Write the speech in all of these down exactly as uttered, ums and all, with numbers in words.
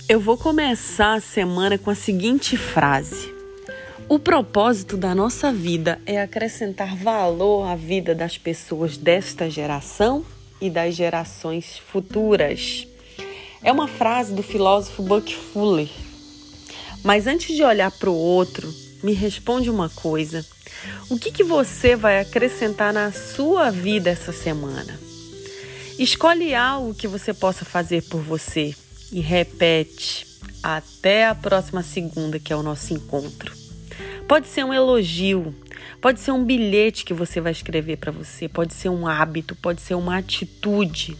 Eu vou começar a semana com a seguinte frase: o propósito da nossa vida é acrescentar valor à vida das pessoas desta geração e das gerações futuras. É uma frase do filósofo Buck Fuller. Mas antes de olhar para o outro, me responde uma coisa: o que, que você vai acrescentar na sua vida essa semana? Escolhe algo que você possa fazer por você e repete até a próxima segunda, que é o nosso encontro. Pode ser um elogio, pode ser um bilhete que você vai escrever para você, pode ser um hábito, pode ser uma atitude.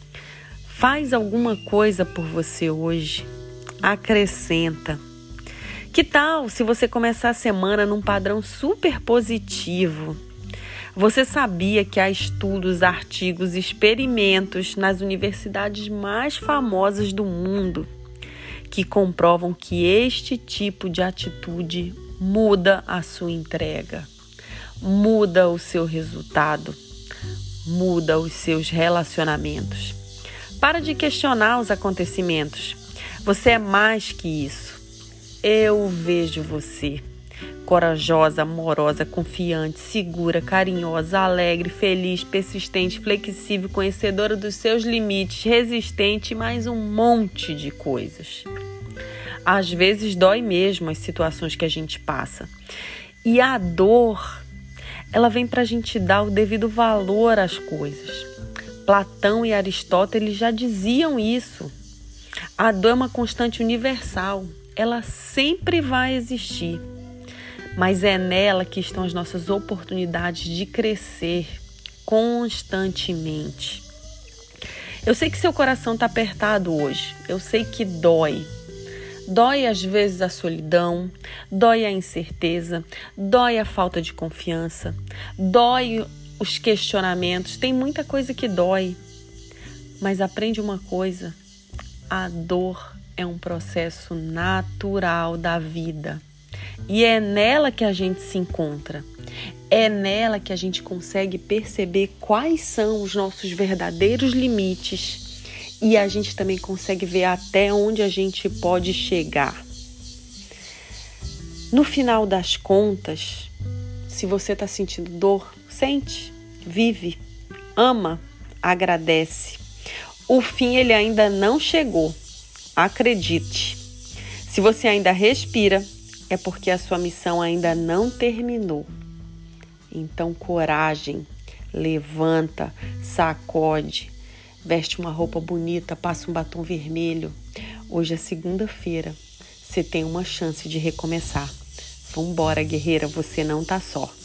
Faz alguma coisa por você hoje, acrescenta. Que tal se você começar a semana num padrão super positivo? Você sabia que há estudos, artigos, experimentos nas universidades mais famosas do mundo que comprovam que este tipo de atitude muda a sua entrega, muda o seu resultado, muda os seus relacionamentos. Para de questionar os acontecimentos. Você é mais que isso. Eu vejo você. Corajosa, amorosa, confiante, segura, carinhosa, alegre, feliz, persistente, flexível, conhecedora dos seus limites, resistente e mais um monte de coisas. Às vezes dói mesmo as situações que a gente passa. E a dor, ela vem para a gente dar o devido valor às coisas. Platão e Aristóteles já diziam isso. A dor é uma constante universal. Ela sempre vai existir. Mas é nela que estão as nossas oportunidades de crescer constantemente. Eu sei que seu coração está apertado hoje. Eu sei que dói. Dói às vezes a solidão, dói a incerteza, dói a falta de confiança, dói os questionamentos. Tem muita coisa que dói. Mas aprende uma coisa: a dor é um processo natural da vida. E é nela que a gente se encontra. É nela que a gente consegue perceber quais são os nossos verdadeiros limites. E a gente também consegue ver até onde a gente pode chegar. No final das contas, se você está sentindo dor, sente, vive, ama, agradece. O fim ele ainda não chegou. Acredite. Se você ainda respira, é porque a sua missão ainda não terminou. Então, coragem, levanta, sacode, veste uma roupa bonita, passa um batom vermelho. Hoje é segunda-feira, você tem uma chance de recomeçar. Vambora, guerreira, você não tá só.